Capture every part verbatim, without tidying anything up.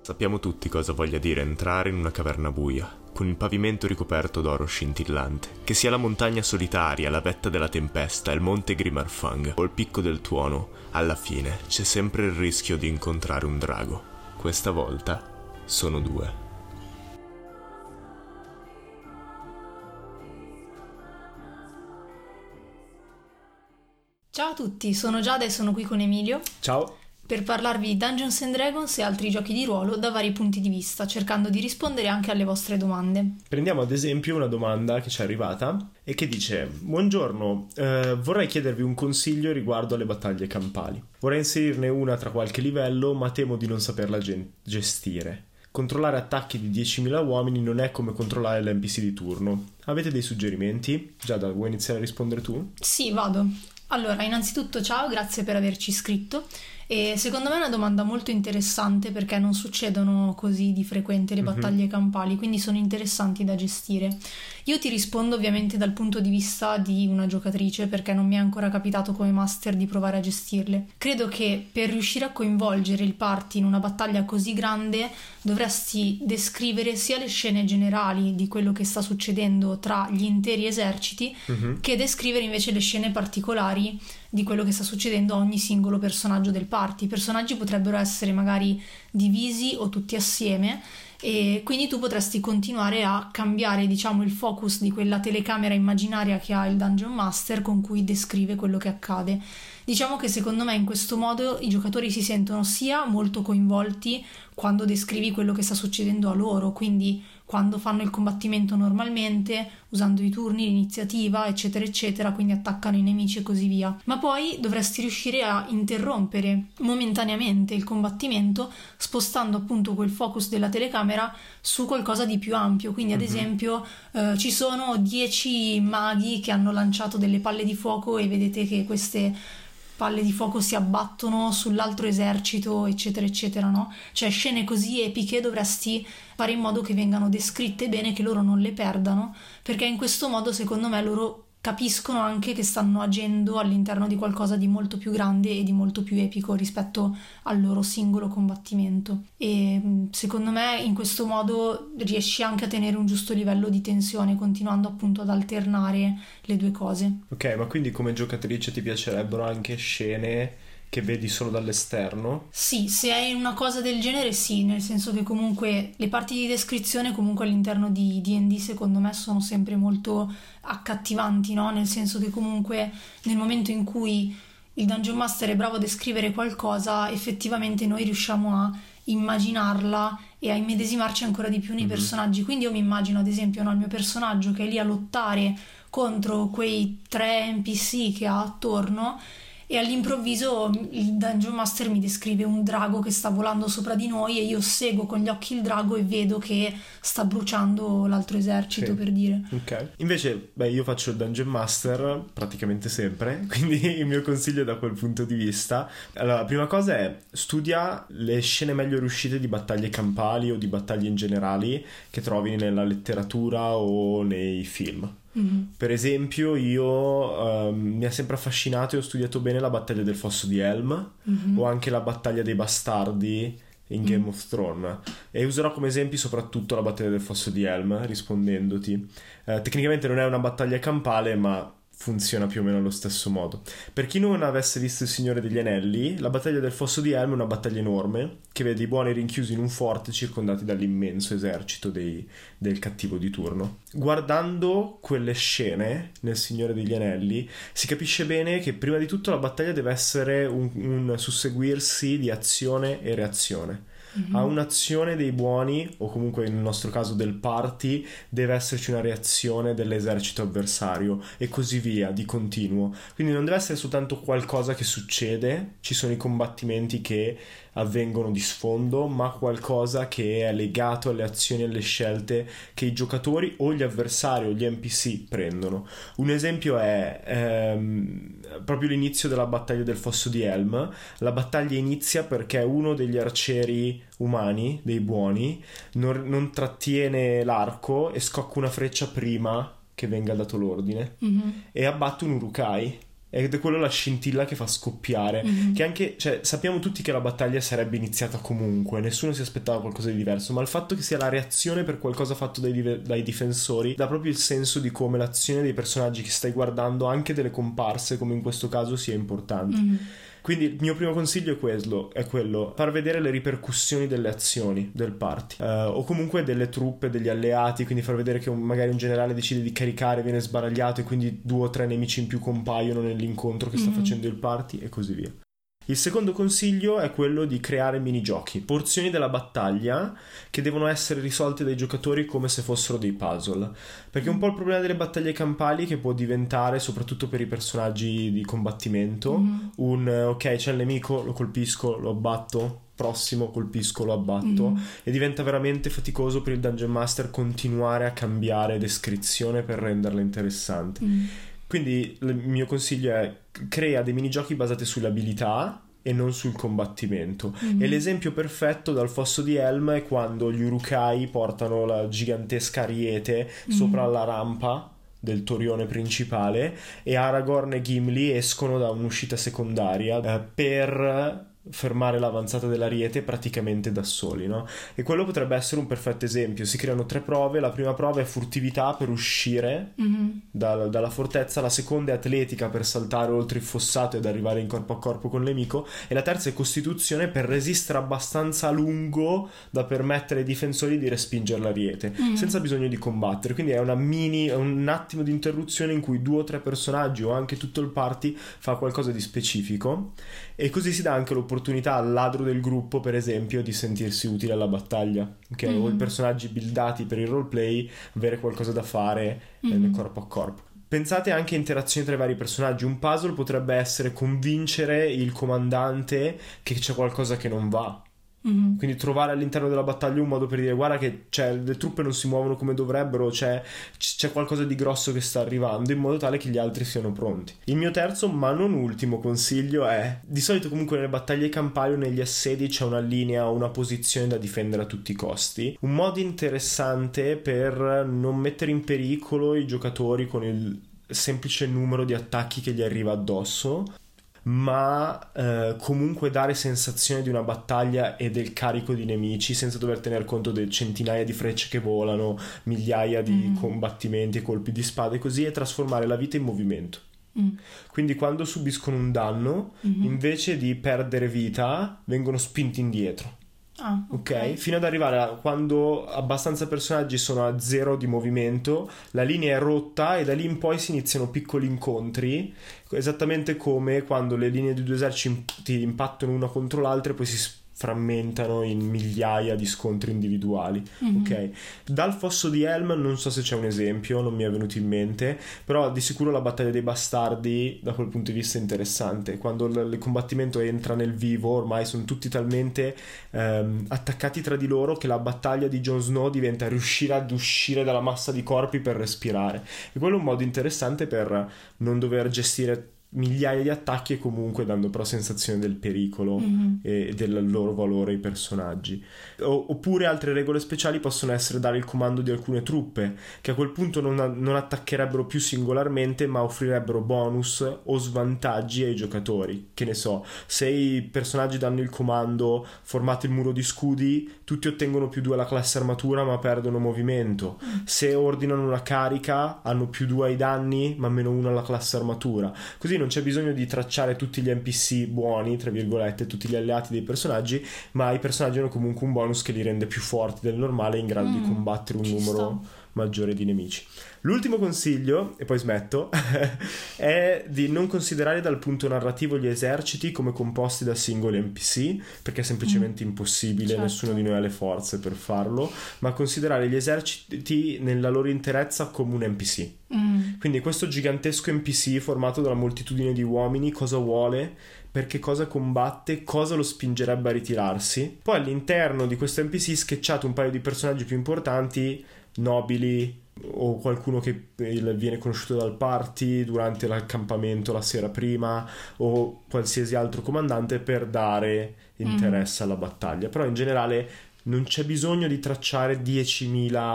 Sappiamo tutti cosa voglia dire entrare in una caverna buia, con il pavimento ricoperto d'oro scintillante. Che sia la montagna solitaria, la vetta della tempesta, il monte Grimarfang o il picco del tuono, alla fine c'è sempre il rischio di incontrare un drago. Questa volta sono due. Ciao a tutti, sono Giada e sono qui con Emilio. Ciao. Per parlarvi di Dungeons and Dragons e altri giochi di ruolo da vari punti di vista, cercando di rispondere anche alle vostre domande. Prendiamo ad esempio una domanda che ci è arrivata e che dice: buongiorno, eh, vorrei chiedervi un consiglio riguardo alle battaglie campali. Vorrei inserirne una tra qualche livello, ma temo di non saperla gen- gestire. Controllare attacchi di diecimila uomini non è come controllare l'N P C di turno. Avete dei suggerimenti? Giada, vuoi iniziare a rispondere tu? Sì, vado. Allora, innanzitutto ciao, grazie per averci iscritto. E secondo me è una domanda molto interessante perché non succedono così di frequente le battaglie mm-hmm. campali, quindi sono interessanti da gestire. Io ti rispondo ovviamente dal punto di vista di una giocatrice perché non mi è ancora capitato come master di provare a gestirle. Credo che per riuscire a coinvolgere il party in una battaglia così grande dovresti descrivere sia le scene generali di quello che sta succedendo tra gli interi eserciti mm-hmm. che descrivere invece le scene particolari di quello che sta succedendo a ogni singolo personaggio del party. I personaggi potrebbero essere magari divisi o tutti assieme e quindi tu potresti continuare a cambiare, diciamo, il focus di quella telecamera immaginaria che ha il Dungeon Master con cui descrive quello che accade. Diciamo che secondo me in questo modo i giocatori si sentono sia molto coinvolti quando descrivi quello che sta succedendo a loro, quindi quando fanno il combattimento normalmente, usando i turni, l'iniziativa, eccetera, eccetera, quindi attaccano i nemici e così via. Ma poi dovresti riuscire a interrompere momentaneamente il combattimento spostando appunto quel focus della telecamera su qualcosa di più ampio. Quindi ad mm-hmm. esempio eh, ci sono dieci maghi che hanno lanciato delle palle di fuoco e vedete che queste palle di fuoco si abbattono sull'altro esercito, eccetera eccetera, no? Cioè scene così epiche dovresti fare in modo che vengano descritte bene, che loro non le perdano, perché in questo modo secondo me loro capiscono anche che stanno agendo all'interno di qualcosa di molto più grande e di molto più epico rispetto al loro singolo combattimento. E secondo me in questo modo riesci anche a tenere un giusto livello di tensione, continuando appunto ad alternare le due cose. Ok, ma quindi come giocatrice ti piacerebbero anche scene che vedi solo dall'esterno? Sì, se è una cosa del genere sì, nel senso che comunque le parti di descrizione comunque all'interno di D and D secondo me sono sempre molto accattivanti, no? Nel senso che comunque nel momento in cui il Dungeon Master è bravo a descrivere qualcosa, effettivamente noi riusciamo a immaginarla e a immedesimarci ancora di più nei mm-hmm. personaggi. Quindi io mi immagino ad esempio no, il mio personaggio che è lì a lottare contro quei tre N P C che ha attorno e all'improvviso il Dungeon Master mi descrive un drago che sta volando sopra di noi e io seguo con gli occhi il drago e vedo che sta bruciando l'altro esercito, sì. per dire. Ok. Invece, beh, io faccio il Dungeon Master praticamente sempre, quindi il mio consiglio da quel punto di vista. Allora, la prima cosa è studia le scene meglio riuscite di battaglie campali o di battaglie in generale che trovi nella letteratura o nei film. Mm-hmm. Per esempio io um, mi ha sempre affascinato e ho studiato bene la battaglia del Fosso di Helm mm-hmm. o anche la battaglia dei bastardi in Game mm. of Thrones, e userò come esempi soprattutto la battaglia del Fosso di Helm rispondendoti. Uh, tecnicamente non è una battaglia campale, ma funziona più o meno allo stesso modo. Per chi non avesse visto Il Signore degli Anelli, la battaglia del Fosso di Helm è una battaglia enorme che vede i buoni rinchiusi in un forte circondati dall'immenso esercito dei, del cattivo di turno. Guardando quelle scene nel Signore degli Anelli si capisce bene che prima di tutto la battaglia deve essere un, un susseguirsi di azione e reazione. Mm-hmm. A un'azione dei buoni, o comunque nel nostro caso del party, deve esserci una reazione dell'esercito avversario e così via, di continuo. Quindi non deve essere soltanto qualcosa che succede, ci sono i combattimenti che avvengono di sfondo, ma qualcosa che è legato alle azioni e alle scelte che i giocatori o gli avversari o gli N P C prendono. Un esempio è ehm, proprio l'inizio della battaglia del Fosso di Helm. La battaglia inizia perché uno degli arcieri umani, dei buoni, non, non trattiene l'arco e scocca una freccia prima che venga dato l'ordine mm-hmm. e abbatte un urukai. ed è quello la scintilla che fa scoppiare, mm-hmm. che anche, cioè, sappiamo tutti che la battaglia sarebbe iniziata comunque, nessuno si aspettava qualcosa di diverso, ma il fatto che sia la reazione per qualcosa fatto dai, dai difensori dà proprio il senso di come l'azione dei personaggi che stai guardando, anche delle comparse come in questo caso, sia importante. Mm-hmm. Quindi il mio primo consiglio è quello, è quello, far vedere le ripercussioni delle azioni del party, uh, o comunque delle truppe, degli alleati, quindi far vedere che un, magari un generale decide di caricare, viene sbaragliato e quindi due o tre nemici in più compaiono nell'incontro che sta mm-hmm. facendo il party e così via. Il secondo consiglio è quello di creare minigiochi, porzioni della battaglia che devono essere risolte dai giocatori come se fossero dei puzzle, perché un po' il problema delle battaglie campali che può diventare, soprattutto per i personaggi di combattimento, mm-hmm. un ok, c'è il nemico, lo colpisco, lo abbatto, prossimo colpisco, lo abbatto, mm-hmm. e diventa veramente faticoso per il Dungeon Master continuare a cambiare descrizione per renderla interessante. Mm-hmm. Quindi il mio consiglio è: crea dei minigiochi basati sulle abilità e non sul combattimento. Mm-hmm. E l'esempio perfetto dal Fosso di Helm è quando gli Uruk-hai portano la gigantesca ariete mm-hmm. sopra la rampa del torione principale e Aragorn e Gimli escono da un'uscita secondaria eh, per fermare l'avanzata dell'ariete praticamente da soli, no? E quello potrebbe essere un perfetto esempio. Si creano tre prove: la prima prova è furtività per uscire mm-hmm. da, dalla fortezza, la seconda è atletica per saltare oltre il fossato ed arrivare in corpo a corpo con il nemico, e la terza è costituzione per resistere abbastanza a lungo da permettere ai difensori di respingere l'ariete mm-hmm. senza bisogno di combattere. Quindi è una mini, è un attimo di interruzione in cui due o tre personaggi o anche tutto il party fa qualcosa di specifico, e così si dà anche l'opportunità al ladro del gruppo, per esempio, di sentirsi utile alla battaglia, ok? Mm-hmm. O i personaggi buildati per il roleplay avere qualcosa da fare mm-hmm. nel corpo a corpo. Pensate anche a interazioni tra i vari personaggi. Un puzzle potrebbe essere convincere il comandante che c'è qualcosa che non va. Mm-hmm. Quindi trovare all'interno della battaglia un modo per dire: guarda che cioè, le truppe non si muovono come dovrebbero, c'è, c'è qualcosa di grosso che sta arrivando, in modo tale che gli altri siano pronti. Il mio terzo ma non ultimo consiglio è: di solito comunque nelle battaglie campali o negli assedi c'è una linea o una posizione da difendere a tutti i costi. Un modo interessante per non mettere in pericolo i giocatori con il semplice numero di attacchi che gli arriva addosso, ma eh, comunque dare sensazione di una battaglia e del carico di nemici senza dover tener conto delle centinaia di frecce che volano, migliaia di mm. combattimenti e colpi di spade, così, e trasformare la vita in movimento. Mm. Quindi quando subiscono un danno, mm-hmm. invece di perdere vita, vengono spinti indietro. Ah, okay. ok, fino ad arrivare a quando abbastanza personaggi sono a zero di movimento, la linea è rotta e da lì in poi si iniziano piccoli incontri, esattamente come quando le linee di due eserciti impattano una contro l'altra e poi si frammentano in migliaia di scontri individuali. Mm-hmm. Ok, dal Fosso di Helm non so se c'è un esempio, non mi è venuto in mente, però di sicuro la battaglia dei bastardi da quel punto di vista è interessante. Quando l- il combattimento entra nel vivo, ormai sono tutti talmente ehm, attaccati tra di loro che la battaglia di Jon Snow diventa riuscire ad uscire dalla massa di corpi per respirare, e quello è un modo interessante per non dover gestire migliaia di attacchi e comunque dando però sensazione del pericolo mm-hmm. e del loro valore ai personaggi. O, oppure altre regole speciali possono essere dare il comando di alcune truppe che a quel punto non, non attaccherebbero più singolarmente, ma offrirebbero bonus o svantaggi ai giocatori. Che ne so, se i personaggi danno il comando formate il muro di scudi, tutti ottengono più due alla classe armatura ma perdono movimento. Mm. Se ordinano una carica hanno più due ai danni ma meno uno alla classe armatura. Così non c'è bisogno di tracciare tutti gli N P C buoni, tra virgolette, tutti gli alleati dei personaggi, ma i personaggi hanno comunque un bonus che li rende più forti del normale, in grado mm, di combattere un numero sta. maggiore di nemici. L'ultimo consiglio, e poi smetto, è di non considerare dal punto narrativo gli eserciti come composti da singoli N P C, perché è semplicemente mm. impossibile, certo. nessuno di noi ha le forze per farlo, ma considerare gli eserciti nella loro interezza come un N P C. Mm. Quindi questo gigantesco N P C formato da una moltitudine di uomini cosa vuole, perché cosa combatte, cosa lo spingerebbe a ritirarsi. Poi all'interno di questo N P C sketchato un paio di personaggi più importanti, nobili o qualcuno che viene conosciuto dal party durante l'accampamento la sera prima, o qualsiasi altro comandante, per dare interesse mm. alla battaglia. Però in generale non c'è bisogno di tracciare diecimila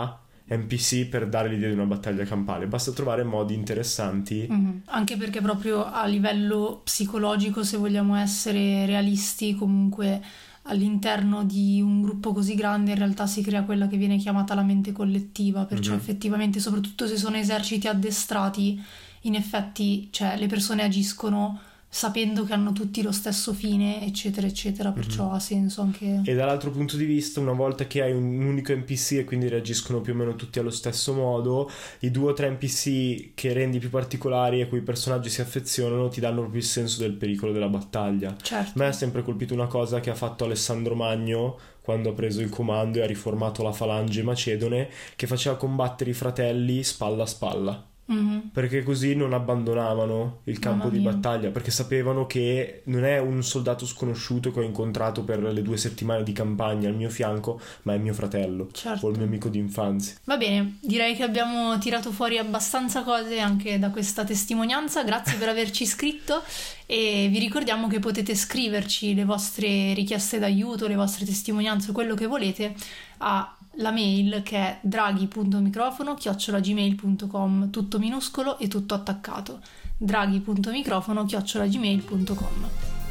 N P C per dare l'idea di una battaglia campale, basta trovare modi interessanti. Mm-hmm. Anche perché proprio a livello psicologico, se vogliamo essere realisti, comunque all'interno di un gruppo così grande in realtà si crea quella che viene chiamata la mente collettiva, perciò mm-hmm. effettivamente, soprattutto se sono eserciti addestrati, in effetti, cioè, le persone agiscono sapendo che hanno tutti lo stesso fine, eccetera eccetera, perciò mm-hmm. ha senso anche. E dall'altro punto di vista, una volta che hai un unico N P C e quindi reagiscono più o meno tutti allo stesso modo, i due o tre N P C che rendi più particolari e a cui i personaggi si affezionano ti danno proprio il senso del pericolo della battaglia. Certo. A me ha sempre colpito una cosa che ha fatto Alessandro Magno quando ha preso il comando e ha riformato la falange macedone, che faceva combattere i fratelli spalla a spalla. Mm-hmm. Perché così non abbandonavano il campo di battaglia, perché sapevano che non è un soldato sconosciuto che ho incontrato per le due settimane di campagna al mio fianco, ma è mio fratello, certo. o il mio amico d'infanzia. Va bene, direi che abbiamo tirato fuori abbastanza cose anche da questa testimonianza. Grazie per averci iscritto e vi ricordiamo che potete scriverci le vostre richieste d'aiuto, le vostre testimonianze, quello che volete, a la mail che è draghi.microfono chiocciola gmail punto com, tutto minuscolo e tutto attaccato, draghi.microfono chiocciola gmail punto com.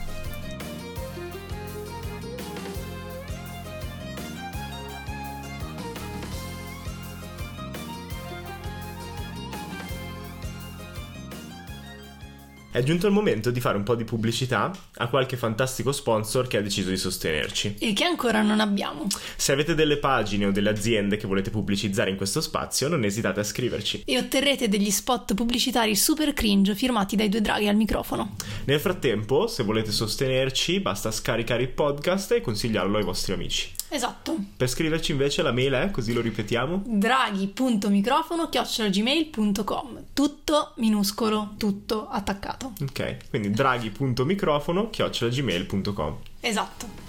È giunto il momento di fare un po' di pubblicità a qualche fantastico sponsor che ha deciso di sostenerci e che ancora non abbiamo. Se avete delle pagine o delle aziende che volete pubblicizzare in questo spazio, non esitate a scriverci e otterrete degli spot pubblicitari super cringe firmati dai due draghi al microfono. Nel frattempo, se volete sostenerci, basta scaricare il podcast e consigliarlo ai vostri amici. Esatto. Per scriverci invece la mail è, così lo ripetiamo, draghi.microfono chiocciola gmail punto com, tutto minuscolo, tutto attaccato. Ok, quindi draghi.microfono chiocciola gmail punto com. Esatto.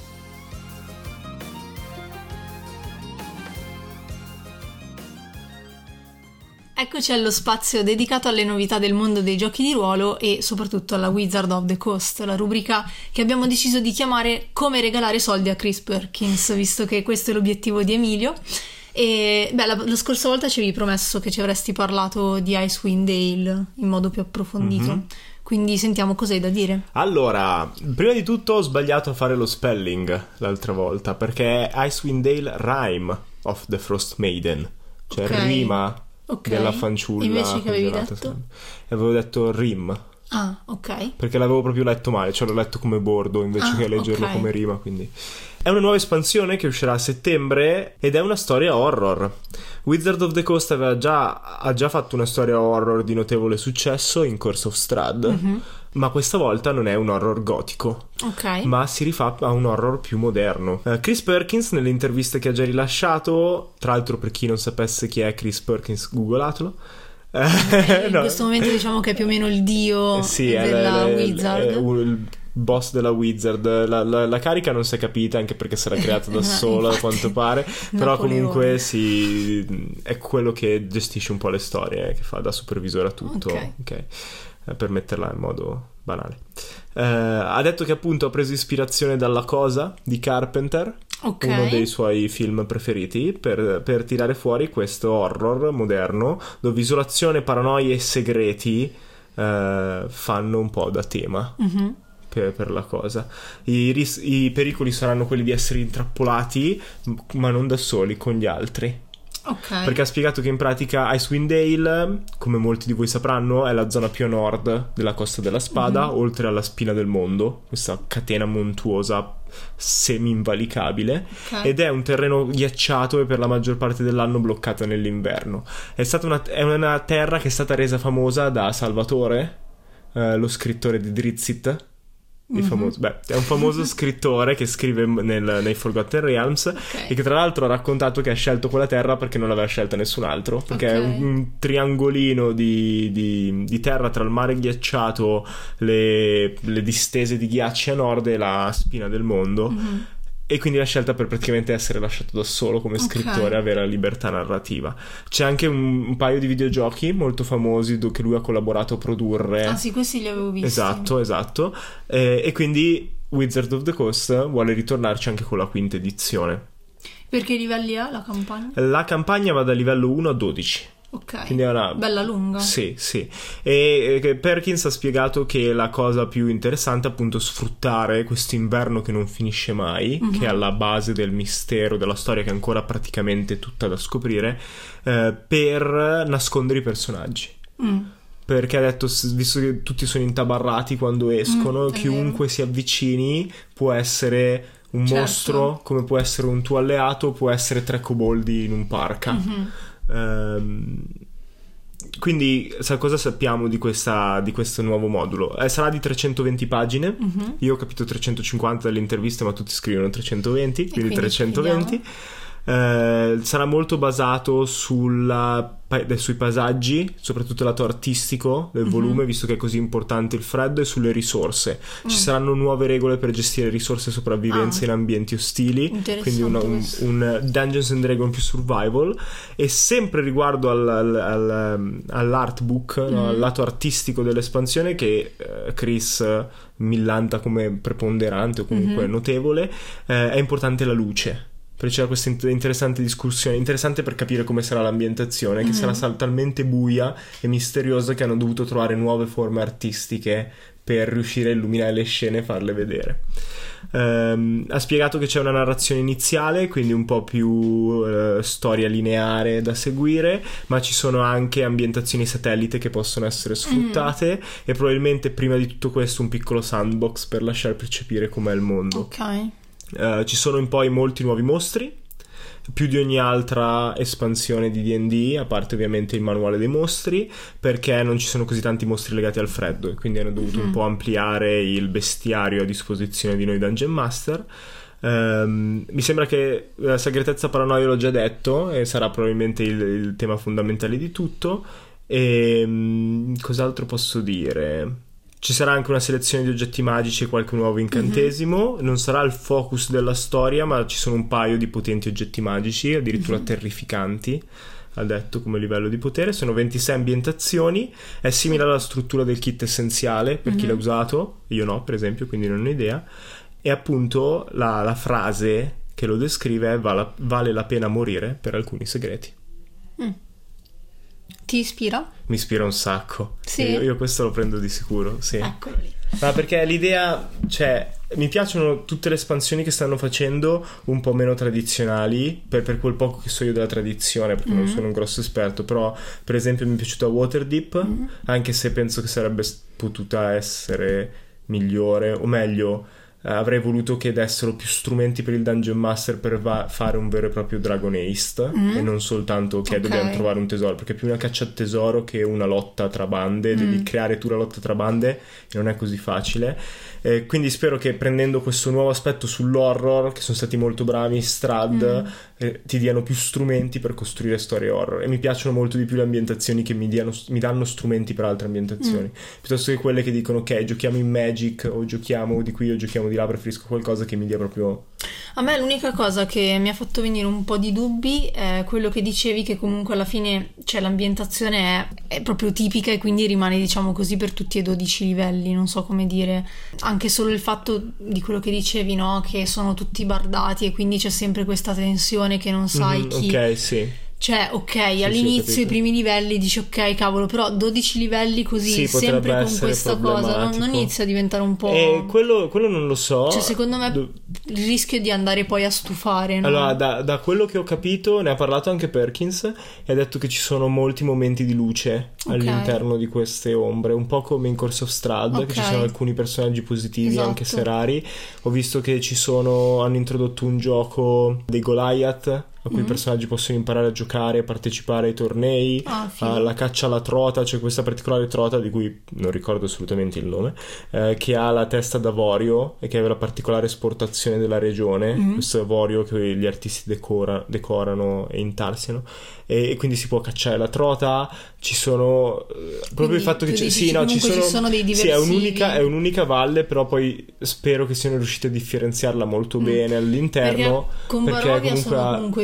Eccoci allo spazio dedicato alle novità del mondo dei giochi di ruolo e soprattutto alla Wizard of the Coast, la rubrica che abbiamo deciso di chiamare Come regalare soldi a Chris Perkins, visto che questo è l'obiettivo di Emilio. E beh, la, la scorsa volta ci avevi promesso che ci avresti parlato di Icewind Dale in modo più approfondito. Mm-hmm. Quindi sentiamo cos'hai da dire. Allora, prima di tutto ho sbagliato a fare lo spelling l'altra volta, perché è Icewind Dale Rime of the Frost Maiden, cioè okay. rima okay. della fanciulla. Invece che avevi detto? E avevo detto rim. Ah, ok. Perché l'avevo proprio letto male, cioè l'ho letto come bordo invece ah, che leggerlo okay. come rima, quindi... È una nuova espansione che uscirà a settembre ed è una storia horror. Wizard of the Coast aveva già, ha già fatto una storia horror di notevole successo in Curse of Strahd, mm-hmm. ma questa volta non è un horror gotico, okay. ma si rifà a un horror più moderno. Uh, Chris Perkins, nelle interviste che ha già rilasciato, tra l'altro per chi non sapesse chi è Chris Perkins, googlatelo. Eh, in no. questo momento diciamo che è più o meno il dio sì, della è, è, Wizard. È, è, è il boss della Wizard. La, la, la carica non si è capita, anche perché sarà creata da sola a quanto pare. Però comunque sì, è quello che gestisce un po' le storie, che fa da supervisore a tutto, okay. Okay. Per metterla in modo banale. Eh, ha detto che appunto ha preso ispirazione dalla Cosa di Carpenter, okay. uno dei suoi film preferiti, per, per tirare fuori questo horror moderno dove isolazione, paranoia e segreti eh, fanno un po' da tema. Mm-hmm. Per, per la Cosa. I, ris- I pericoli saranno quelli di essere intrappolati, ma non da soli, con gli altri. Okay. Perché ha spiegato che in pratica Icewind Dale, come molti di voi sapranno, è la zona più a nord della Costa della Spada, mm-hmm. oltre alla Spina del Mondo, questa catena montuosa semi-invalicabile, okay. ed è un terreno ghiacciato e per la maggior parte dell'anno bloccata nell'inverno. È stata una, è una terra che è stata resa famosa da Salvatore, eh, lo scrittore di Drizzt. Il famoso, beh, è un famoso scrittore che scrive nel, nei Forgotten Realms, okay. e che tra l'altro ha raccontato che ha scelto quella terra perché non l'aveva scelta nessun altro, perché okay. è un, un triangolino di, di, di terra tra il mare ghiacciato, le, le distese di ghiacci a nord e la Spina del Mondo, mm-hmm. e quindi l'ha scelta per praticamente essere lasciato da solo come scrittore, okay. avere la libertà narrativa. C'è anche un, un paio di videogiochi molto famosi che lui ha collaborato a produrre. Ah sì, questi li avevo visti. Esatto, esatto. Eh, e quindi Wizard of the Coast vuole ritornarci anche con la quinta edizione. Per che livelli ha la campagna? La campagna va da livello uno a dodici. Ok, Quindi è una bella lunga. Sì, sì. E e Perkins ha spiegato che la cosa più interessante è appunto sfruttare questo inverno che non finisce mai, Mhm. che è alla base del mistero della storia, che è ancora praticamente tutta da scoprire, eh, per nascondere i personaggi. Mm. Perché ha detto, s- visto che tutti sono intabarrati quando escono, Mm, è chiunque si avvicini può essere un Certo. mostro, come può essere un tuo alleato, può essere tre coboldi in un parca. Mhm. Ehm, quindi sa cosa sappiamo di, questa, di questo nuovo modulo? Eh, sarà di trecentoventi pagine. Mhm. Io ho capito trecentocinquanta dalle interviste, ma tutti scrivono trecentoventi, quindi, quindi trecentoventi. Eh, sarà molto basato sulla, pa- eh, sui paesaggi, soprattutto lato artistico del Mhm. volume, visto che è così importante il freddo, e sulle risorse. Ci Mm. saranno nuove regole per gestire risorse e sopravvivenza Ah. in ambienti ostili, Interessante quindi una- un, questo. un Dungeons and Dragons più survival. E sempre riguardo al, al, al- all'artbook, no, Mhm. al lato artistico dell'espansione, che eh, Chris millanta come preponderante o comunque Mhm. notevole, eh, è importante la luce. Perché c'era questa int- interessante discussione, interessante per capire come sarà l'ambientazione, che Mhm. sarà sal- talmente buia e misteriosa che hanno dovuto trovare nuove forme artistiche per riuscire a illuminare le scene e farle vedere. Ehm, ha spiegato che c'è una narrazione iniziale, quindi un po' più eh, storia lineare da seguire, ma ci sono anche ambientazioni satellite che possono essere sfruttate, e probabilmente prima di tutto questo un piccolo sandbox per lasciar percepire com'è il mondo. Ok. Eh, ci sono in poi molti nuovi mostri, più di ogni altra espansione di D and D, a parte ovviamente il manuale dei mostri, perché non ci sono così tanti mostri legati al freddo, e quindi hanno dovuto Mhm. un po' ampliare il bestiario a disposizione di noi Dungeon Master. Ehm, mi sembra che la segretezza paranoia l'ho già detto, e sarà probabilmente il, il tema fondamentale di tutto. E mm, cos'altro posso dire? Ci sarà anche una selezione di oggetti magici e qualche nuovo incantesimo. Non sarà il focus della storia, ma ci sono un paio di potenti oggetti magici, addirittura Mhm. terrificanti, ha detto, come livello di potere. Sono ventisei ambientazioni. È simile alla struttura del kit essenziale per chi Mhm. l'ha usato. Io no, per esempio, quindi non ho idea. E appunto la, la frase che lo descrive è: "Vala- vale la pena morire per alcuni segreti". Mm. Ti ispira? Mi ispira un sacco. Sì? Io, io questo lo prendo di sicuro, sì. Eccolo lì. Ma perché l'idea, cioè, mi piacciono tutte le espansioni che stanno facendo un po' meno tradizionali, per, per quel poco che so io della tradizione, perché non Mhm. sono un grosso esperto, però per esempio mi è piaciuta Waterdeep, Mhm. anche se penso che sarebbe s- potuta essere migliore, o meglio, eh, avrei voluto che dessero più strumenti per il Dungeon Master per va- fare un vero e proprio Dragon Heist, Mhm. e non soltanto che Ok. dobbiamo trovare un tesoro, perché è più una caccia al tesoro che una lotta tra bande, Mm. devi creare tu la lotta tra bande, e non è così facile. Eh, quindi spero che, prendendo questo nuovo aspetto sull'horror, che sono stati molto bravi in Strad, Mm. eh, ti diano più strumenti per costruire storie horror. E mi piacciono molto di più le ambientazioni che mi, diano, mi danno strumenti per altre ambientazioni, piuttosto che quelle che dicono ok, giochiamo in Magic, o giochiamo di qui o giochiamo di là. Preferisco qualcosa che mi dia proprio... A me l'unica cosa che mi ha fatto venire un po' di dubbi è quello che dicevi, che comunque alla fine, cioè, l'ambientazione è, è proprio tipica, e quindi rimane, diciamo così, per tutti e dodici i livelli, non so come dire. Anche solo il fatto di quello che dicevi, no? Che sono tutti bardati, e quindi c'è sempre questa tensione che non sai Mhm, chi... ok, sì. Cioè, ok, sì, ho all'inizio capito. i primi livelli dici ok, cavolo, però dodici livelli così, Sì, potrebbe sempre con essere questa cosa, non, problematico. non inizia a diventare un po'... E quello, quello non lo so. Cioè, secondo me Do- il rischio è di andare poi a stufare, no? Allora, da, da quello che ho capito, ne ha parlato anche Perkins, e ha detto che ci sono molti momenti di luce Ok. all'interno di queste ombre, un po' come in Course of Strahd, Ok. che ci sono alcuni personaggi positivi, Esatto. anche se rari. Ho visto che ci sono, hanno introdotto un gioco dei Goliath, a cui Mhm. i personaggi possono imparare a giocare, a partecipare ai tornei, Ah, figo. alla caccia alla trota. C'è questa particolare trota di cui non ricordo assolutamente il nome, eh, che ha la testa d'avorio e che ha la particolare esportazione della regione, Mhm. questo avorio che gli artisti decora- decorano e intarsiano, e, e quindi si può cacciare la trota. Ci sono eh, proprio Quindi il fatto che tu c'è, dici sì, no, ci comunque sono, ci sono dei sì, è diversivi. un'unica, è un'unica valle, però poi spero che siano riusciti a differenziarla molto Mm. bene all'interno, Perché con perché Barovia comunque sono ha- comunque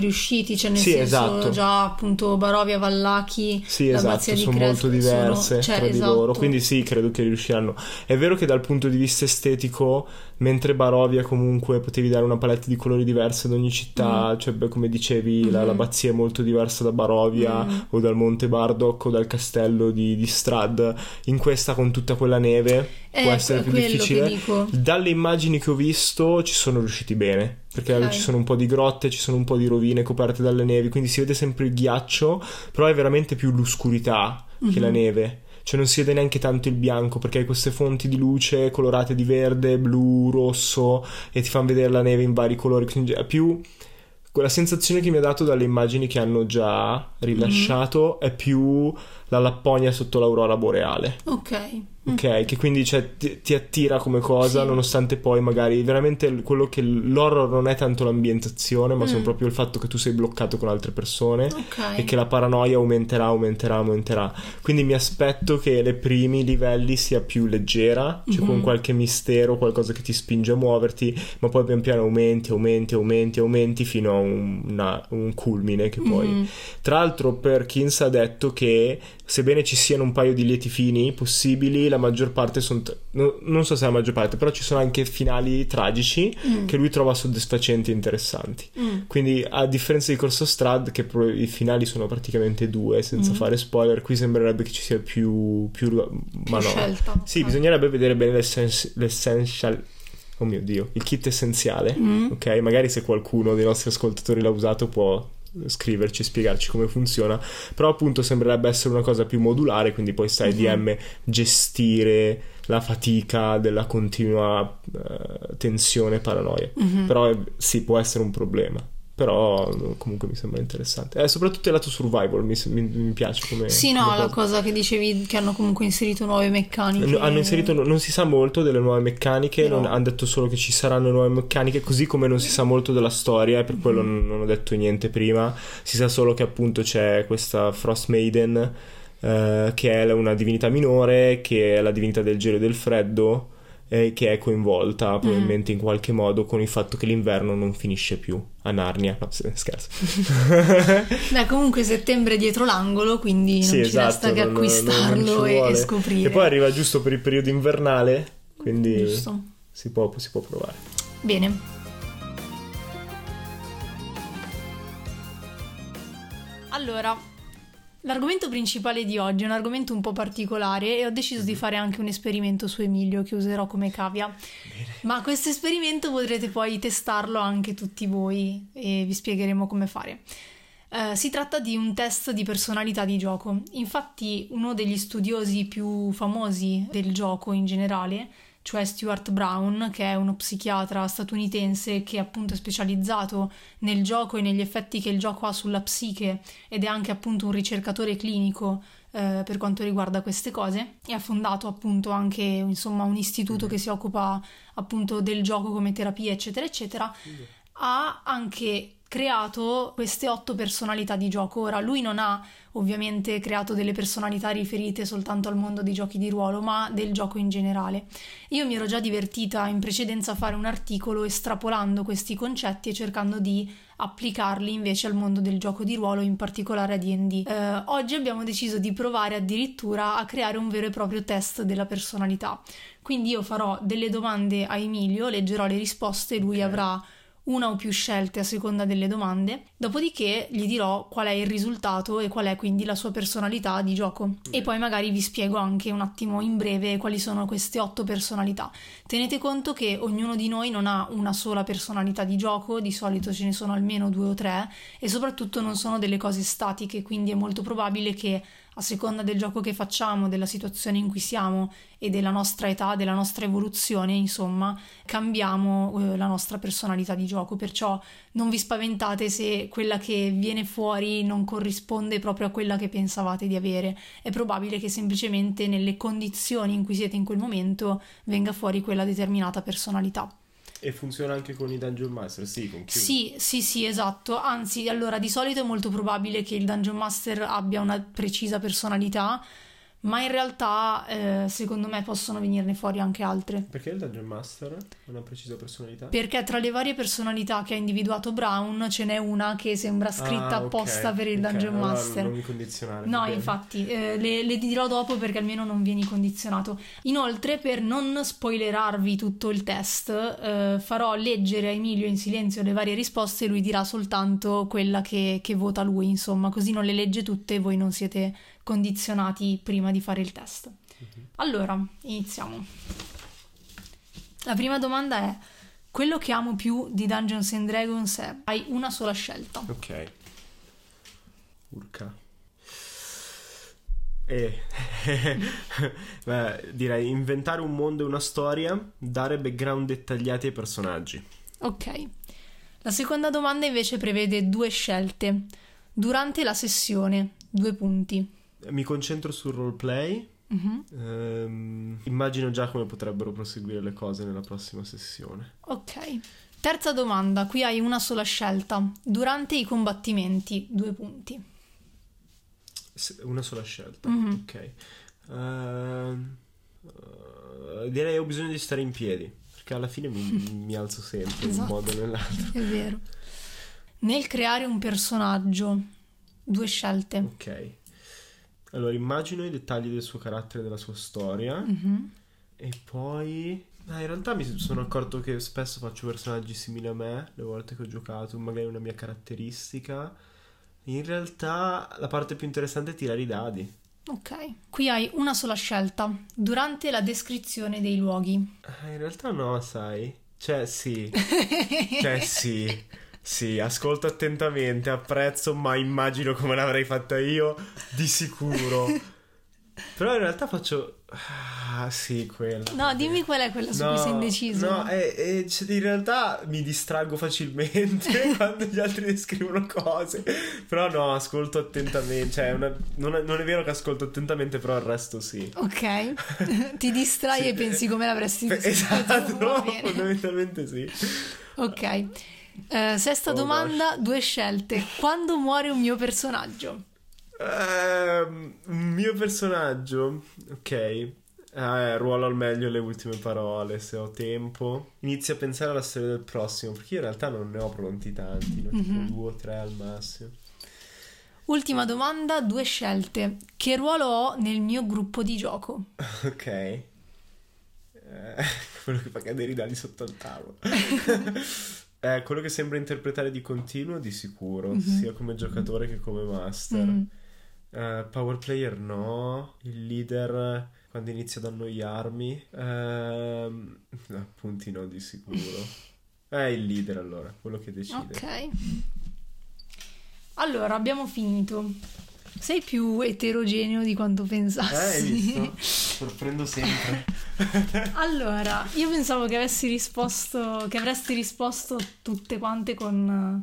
riusciti, cioè nel sì, senso esatto. già appunto Barovia, Vallaki, sì, l'abbazia esatto, di sono Crest molto diverse sono, cioè, tra di esatto. loro, quindi sì, credo che riusciranno. È vero che dal punto di vista estetico, mentre Barovia comunque potevi dare una palette di colori diverse ad ogni città, mm. cioè beh, come dicevi mm-hmm. la, l'abbazia è molto diversa da Barovia mm. o dal Monte Bardock o dal castello di, di Strahd, in questa con tutta quella neve eh, può essere più difficile. Dalle immagini che ho visto ci sono riusciti bene, perché okay. ci sono un po' di grotte, ci sono un po' di rovine coperte dalle nevi, quindi si vede sempre il ghiaccio, però è veramente più l'oscurità mm-hmm. che la neve. Cioè non si vede neanche tanto il bianco, perché hai queste fonti di luce colorate di verde, blu, rosso, e ti fanno vedere la neve in vari colori, quindi è più quella sensazione che mi ha dato dalle immagini che hanno già rilasciato mm-hmm. è più la Lapponia sotto l'aurora boreale. Ok. Ok, che quindi cioè, ti, ti attira come cosa, sì. nonostante poi magari veramente quello che l'horror non è tanto l'ambientazione, ma mm. sono proprio il fatto che tu sei bloccato con altre persone okay. e che la paranoia aumenterà, aumenterà, aumenterà. Quindi mi aspetto che nei primi livelli sia più leggera, cioè mm-hmm. con qualche mistero, qualcosa che ti spinge a muoverti, ma poi pian piano aumenti, aumenti, aumenti, aumenti fino a un, una, un culmine che poi... Mm-hmm. Tra l'altro Perkins ha detto che sebbene ci siano un paio di lieti fini possibili, la maggior parte sono t- no, non so se è la maggior parte, però ci sono anche finali tragici mm. che lui trova soddisfacenti e interessanti. Mm. Quindi a differenza di Corso Strahd, che pro- i finali sono praticamente due, senza mm. fare spoiler, qui sembrerebbe che ci sia più più, più ma no. scelta. Sì, okay. bisognerebbe vedere bene l'essence- l'essential oh mio Dio, il kit essenziale, mm. ok? Magari se qualcuno dei nostri ascoltatori l'ha usato può scriverci, spiegarci come funziona, però appunto sembrerebbe essere una cosa più modulare, quindi poi sai mm-hmm. D M gestire la fatica della continua uh, tensione, paranoia, mm-hmm. però è, sì, può essere un problema, però comunque mi sembra interessante, eh, soprattutto il lato survival mi, mi, mi piace come sì no come la cosa. cosa che dicevi che hanno comunque inserito nuove meccaniche, no, hanno inserito non si sa molto delle nuove meccaniche, no. non, hanno detto solo che ci saranno nuove meccaniche, così come non si sa molto della storia, e per quello mm. non, non ho detto niente prima. Si sa solo che appunto c'è questa Frost Maiden eh, che è una divinità minore, che è la divinità del gelo e del freddo, eh, che è coinvolta probabilmente mm. in qualche modo con il fatto che l'inverno non finisce più a Narnia. No, scherzo. Beh, comunque settembre è dietro l'angolo, quindi non sì, ci esatto, resta che non, acquistarlo non e, e scoprire. E poi arriva giusto per il periodo invernale, quindi giusto. si può, si può provare. Bene. Allora, l'argomento principale di oggi è un argomento un po' particolare e ho deciso di fare anche un esperimento su Emilio che userò come cavia. Bene. Ma questo esperimento potrete poi testarlo anche tutti voi e vi spiegheremo come fare. Uh, si tratta di un test di personalità di gioco. Infatti uno degli studiosi più famosi del gioco in generale, cioè Stuart Brown, che è uno psichiatra statunitense che appunto è specializzato nel gioco e negli effetti che il gioco ha sulla psiche, ed è anche appunto un ricercatore clinico eh, per quanto riguarda queste cose, e ha fondato appunto anche insomma un istituto che si occupa appunto del gioco come terapia eccetera eccetera, ha anche creato queste otto personalità di gioco. Ora lui non ha ovviamente creato delle personalità riferite soltanto al mondo dei giochi di ruolo, ma del gioco in generale. Io mi ero già divertita in precedenza a fare un articolo estrapolando questi concetti e cercando di applicarli invece al mondo del gioco di ruolo, in particolare a D and D. Eh, oggi abbiamo deciso di provare addirittura a creare un vero e proprio test della personalità. Quindi io farò delle domande a Emilio, leggerò le risposte e lui okay. avrà una o più scelte a seconda delle domande, dopodiché gli dirò qual è il risultato e qual è quindi la sua personalità di gioco. E poi magari vi spiego anche un attimo in breve quali sono queste otto personalità. Tenete conto che ognuno di noi non ha una sola personalità di gioco, di solito ce ne sono almeno due o tre, e soprattutto non sono delle cose statiche, quindi è molto probabile che a seconda del gioco che facciamo, della situazione in cui siamo e della nostra età, della nostra evoluzione, insomma, cambiamo eh, la nostra personalità di gioco. Perciò non vi spaventate se quella che viene fuori non corrisponde proprio a quella che pensavate di avere. È probabile che semplicemente nelle condizioni in cui siete in quel momento venga fuori quella determinata personalità. E funziona anche con i Dungeon Master, sì, con chiunque. Sì, sì, sì, esatto. Anzi, allora, di solito è molto probabile che il Dungeon Master abbia una precisa personalità, ma in realtà eh, secondo me possono venirne fuori anche altre. Perché il Dungeon Master ha una precisa personalità? Perché tra le varie personalità che ha individuato Brown ce n'è una che sembra scritta ah, apposta okay, per il okay. Dungeon allora Master. Non mi condizionare. No, infatti, eh, le, le dirò dopo perché almeno non vieni condizionato. Inoltre, per non spoilerarvi tutto il test, eh, farò leggere a Emilio in silenzio le varie risposte e lui dirà soltanto quella che, che vota lui, insomma, così non le legge tutte e voi non siete condizionati prima di fare il test. Mm-hmm. Allora, iniziamo. La prima domanda è: quello che amo più di Dungeons and Dragons è... Hai una sola scelta. Ok. Urca. E beh, direi inventare un mondo e una storia, dare background dettagliati ai personaggi. Ok. La seconda domanda invece prevede due scelte. Durante la sessione, due punti. Mi concentro sul roleplay. Mm-hmm. Ehm, immagino già come potrebbero proseguire le cose nella prossima sessione. Ok. Terza domanda, qui hai una sola scelta. Durante i combattimenti, due punti. Una sola scelta. Mm-hmm. Ok. Uh, uh, direi ho bisogno di stare in piedi, perché alla fine mi, mi alzo sempre, esatto, in un modo o nell'altro. È vero. Nel creare un personaggio, due scelte. Ok. Allora immagino i dettagli del suo carattere e della sua storia. Mm-hmm. E poi ah, in realtà mi sono accorto che spesso faccio personaggi simili a me le volte che ho giocato, magari una mia caratteristica. In realtà la parte più interessante è tirare i dadi. Ok. Qui hai una sola scelta. Durante la descrizione dei luoghi. Ah, in realtà no, sai. Cioè sì. Cioè sì. Sì, ascolto attentamente, apprezzo, ma immagino come l'avrei fatta io, di sicuro. Però in realtà faccio... Ah, sì, quella. No, dimmi qual è quella su no, cui sei indeciso. No, e, e, cioè, in realtà mi distraggo facilmente quando gli altri descrivono cose. Però no, ascolto attentamente. Cioè, una, non, è, non è vero che ascolto attentamente, però il resto sì. Ok. Ti distrai sì, e pensi come l'avresti descritto. Esatto, fondamentalmente sì. Ok. Uh, sesta oh, domanda, gosh. Due scelte. Quando muore un mio personaggio? Uh, un mio personaggio? Ok. Eh, ruolo al meglio le ultime parole, se ho tempo. Inizio a pensare alla storia del prossimo, perché io in realtà non ne ho pronti tanti, no? Mm-hmm. Tipo due o tre al massimo. Ultima domanda, due scelte. Che ruolo ho nel mio gruppo di gioco? Ok. Eh, quello che fa cadere i dadi sotto il tavolo. Eh, quello che sembra interpretare di continuo, di sicuro, mm-hmm. sia come giocatore che come master. Mm. Uh, power player no. Il leader quando inizia ad annoiarmi. Uh, appunti no, di sicuro. Eh, il leader allora, quello che decide. Ok. Allora, abbiamo finito. Sei più eterogeneo di quanto pensassi. Eh, hai visto? Sorprendo sempre. Allora, io pensavo che avessi risposto, che avresti risposto tutte quante con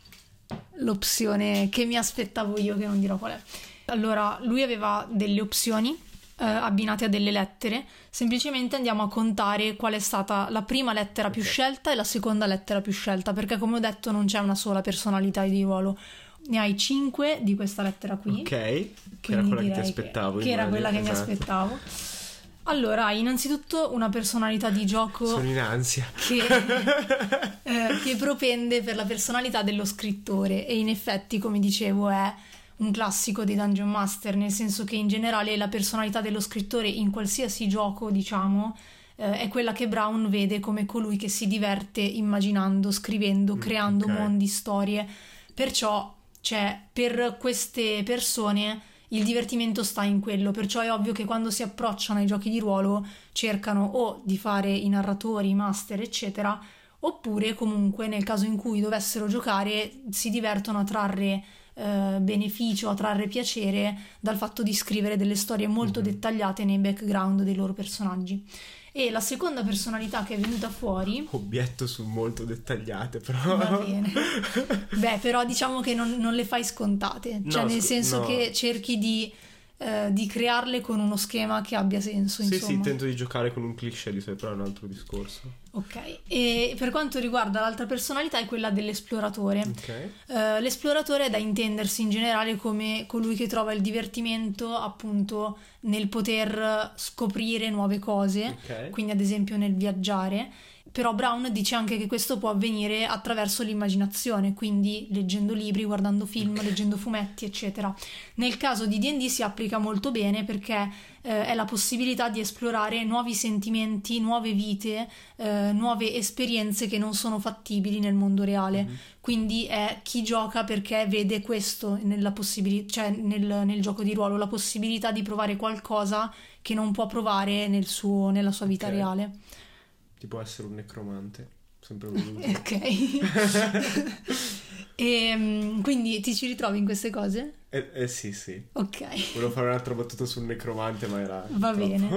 l'opzione che mi aspettavo io, che non dirò qual è. Allora, lui aveva delle opzioni eh, abbinate a delle lettere. Semplicemente andiamo a contare qual è stata la prima lettera più okay. scelta e la seconda lettera più scelta, perché come ho detto non c'è una sola personalità di ruolo. Ne hai cinque di questa lettera qui. Ok, che era quella che ti aspettavo. Che, che era quella che esatto. mi aspettavo. Allora, hai innanzitutto una personalità di gioco. Sono in ansia. Che, eh, che propende per la personalità dello scrittore. E in effetti, come dicevo, è un classico dei Dungeon Master, nel senso che in generale la personalità dello scrittore in qualsiasi gioco, diciamo, eh, è quella che Brown vede come colui che si diverte immaginando, scrivendo, creando okay. mondi, storie. Perciò cioè per queste persone il divertimento sta in quello, perciò è ovvio che quando si approcciano ai giochi di ruolo cercano o di fare i narratori, i master eccetera, oppure comunque nel caso in cui dovessero giocare si divertono a trarre eh, beneficio, a trarre piacere dal fatto di scrivere delle storie molto mm-hmm. dettagliate nei background dei loro personaggi. E la seconda personalità che è venuta fuori... Obietto su molto dettagliate, però... Va bene. Beh, però diciamo che non, non le fai scontate. Cioè, no, nel senso no. che cerchi di eh, di crearle con uno schema che abbia senso, Sì, insomma. sì, tento di giocare con un cliché di solito, però è un altro discorso. Ok, e per quanto riguarda l'altra personalità è quella dell'esploratore. Ok. Uh, l'esploratore è da intendersi in generale come colui che trova il divertimento appunto nel poter scoprire nuove cose, Ok. quindi ad esempio nel viaggiare. Però Brown dice anche che questo può avvenire attraverso l'immaginazione, quindi leggendo libri, guardando film, leggendo fumetti, eccetera. Nel caso di D and D si applica molto bene perché eh, è la possibilità di esplorare nuovi sentimenti, nuove vite, eh, nuove esperienze che non sono fattibili nel mondo reale. Mm-hmm. Quindi è chi gioca perché vede questo nella possibili- cioè nel, nel gioco di ruolo, la possibilità di provare qualcosa che non può provare nel suo, nella sua vita Ok. reale. Tipo essere un necromante, sempre voluto. Ok. E um, quindi ti ci ritrovi in queste cose? Eh, eh sì, sì. Ok. Volevo fare un'altra battuta sul necromante, ma era Va troppo. bene.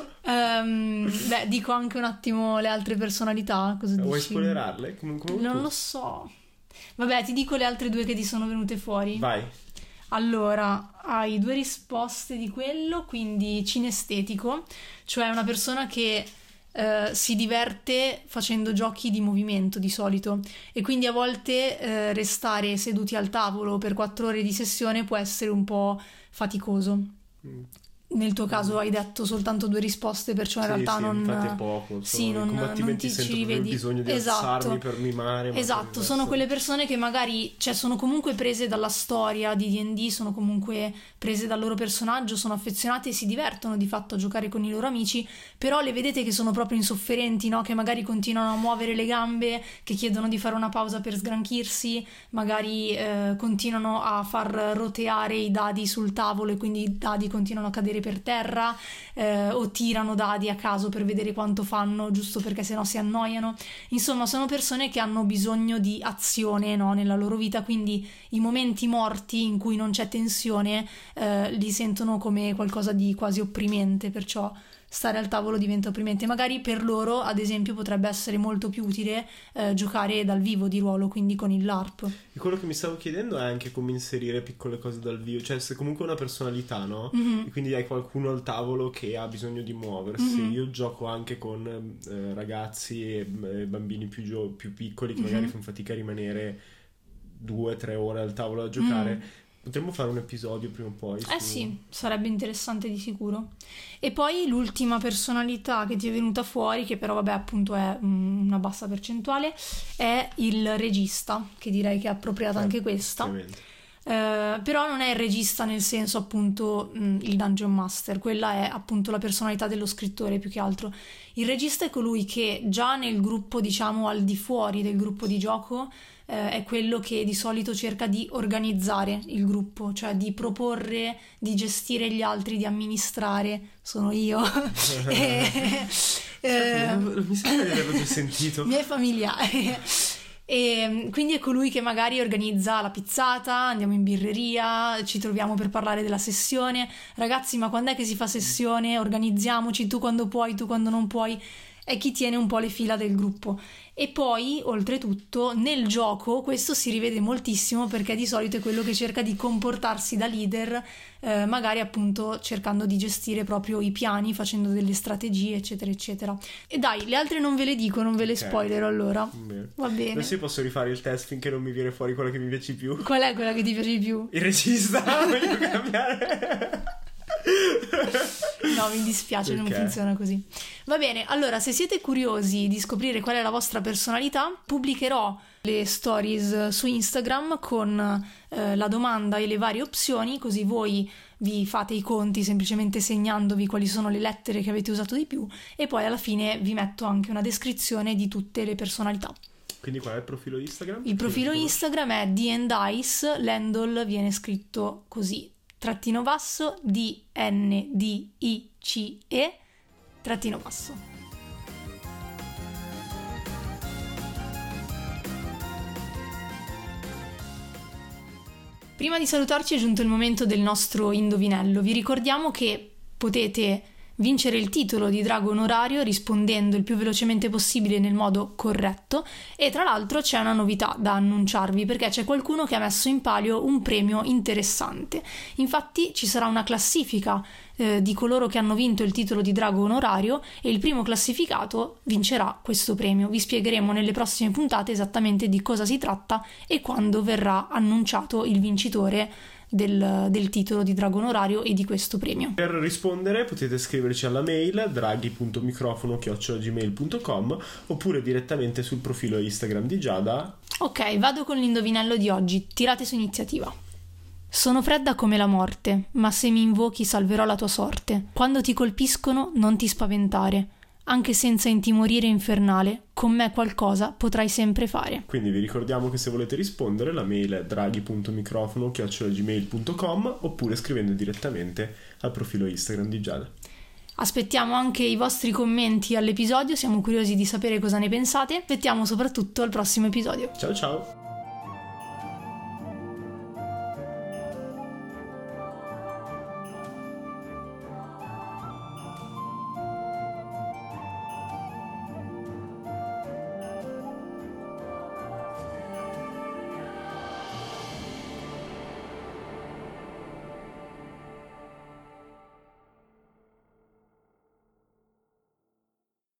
Um, beh, dico anche un attimo le altre personalità. Cosa Vuoi dici? spoilerarle? Come, come Non tu? lo so. Vabbè, ti dico le altre due che ti sono venute fuori. Vai. Allora, hai due risposte di quello, quindi cinestetico, cioè una persona che Uh, si diverte facendo giochi di movimento di solito e quindi a volte uh, restare seduti al tavolo per quattro ore di sessione può essere un po' faticoso. Mm. Nel tuo caso hai detto soltanto due risposte, perciò in sì, realtà sì, non infatti è poco. sì, non, non ti ci rivedi. Bisogno di esatto. alzarmi per mimare. Esatto, sono quelle persone che magari, cioè, sono comunque prese dalla storia di D and D, sono comunque prese dal loro personaggio, sono affezionate e si divertono di fatto a giocare con i loro amici, però le vedete che sono proprio insofferenti, no? Che magari continuano a muovere le gambe, che chiedono di fare una pausa per sgranchirsi, magari eh, continuano a far roteare i dadi sul tavolo e quindi i dadi continuano a cadere per terra, eh, o tirano dadi a caso per vedere quanto fanno, giusto perché sennò si annoiano. Insomma, sono persone che hanno bisogno di azione, no, nella loro vita, quindi i momenti morti in cui non c'è tensione eh, li sentono come qualcosa di quasi opprimente, perciò stare al tavolo diventa opprimente. Magari per loro, ad esempio, potrebbe essere molto più utile eh, giocare dal vivo di ruolo, quindi con il LARP. E quello che mi stavo chiedendo è anche come inserire piccole cose dal vivo, cioè se comunque una personalità, no? Mm-hmm. E quindi hai qualcuno al tavolo che ha bisogno di muoversi. Mm-hmm. Io gioco anche con eh, ragazzi e eh, bambini più, gio- più piccoli che mm-hmm. magari fanno fatica a rimanere due o tre ore al tavolo a giocare. Mm. Potremmo fare un episodio prima o poi. Eh su... sì, sarebbe interessante di sicuro. E poi l'ultima personalità che ti è venuta fuori, che però vabbè appunto è mm, una bassa percentuale, è il regista, che direi che è appropriata eh, anche questa. Eh, però non è il regista nel senso appunto mh, il Dungeon Master, quella è appunto la personalità dello scrittore più che altro. Il regista è colui che già nel gruppo, diciamo al di fuori del gruppo di gioco, eh, è quello che di solito cerca di organizzare il gruppo, cioè di proporre, di gestire gli altri, di amministrare. Sono io. e, eh, mi sembra di averlo già sentito. Mi è familiare. E quindi è colui che magari organizza la pizzata, andiamo in birreria, ci troviamo per parlare della sessione. Ragazzi, ma quando è che si fa sessione? Organizziamoci, tu quando puoi, tu quando non puoi. È chi tiene un po' le fila del gruppo. E poi, oltretutto, nel gioco questo si rivede moltissimo perché di solito è quello che cerca di comportarsi da leader, eh, magari appunto cercando di gestire proprio i piani, facendo delle strategie, eccetera, eccetera. E dai, le altre non ve le dico, non ve le okay. spoilerò allora. Bene. Va bene. Adesso posso rifare il test finché non mi viene fuori quella che mi piace di più. Qual è quella che ti piace di più? Il regista, voglio cambiare. No, mi dispiace, okay. Non funziona così. Va bene, allora se siete curiosi di scoprire qual è la vostra personalità, pubblicherò le stories su Instagram con eh, la domanda e le varie opzioni, così voi vi fate i conti semplicemente segnandovi quali sono le lettere che avete usato di più e poi alla fine vi metto anche una descrizione di tutte le personalità. Quindi qual è il profilo Instagram? Il profilo Instagram è D and Dice, l'handle viene scritto così, trattino basso D N D I C E trattino basso. Prima di salutarci è giunto il momento del nostro indovinello. Vi ricordiamo che potete vincere il titolo di drago onorario rispondendo il più velocemente possibile nel modo corretto. E tra l'altro c'è una novità da annunciarvi, perché c'è qualcuno che ha messo in palio un premio interessante. Infatti ci sarà una classifica eh, di coloro che hanno vinto il titolo di drago onorario e il primo classificato vincerà questo premio. Vi spiegheremo nelle prossime puntate esattamente di cosa si tratta e quando verrà annunciato il vincitore Del, del titolo di drago onorario e di questo premio. Per rispondere potete scriverci alla mail draghi punto microfono chiocciola gmail punto com oppure direttamente sul profilo Instagram di Giada. Ok, vado con l'indovinello di oggi. Tirate su iniziativa. Sono fredda come la morte, ma se mi invochi salverò la tua sorte. Quando ti colpiscono non ti spaventare. Anche senza intimorire infernale, con me qualcosa potrai sempre fare. Quindi vi ricordiamo che se volete rispondere la mail è draghi punto microfono chiocciola gmail punto com oppure scrivendo direttamente al profilo Instagram di Giada. Aspettiamo anche i vostri commenti all'episodio, siamo curiosi di sapere cosa ne pensate. Aspettiamo soprattutto al prossimo episodio. Ciao ciao!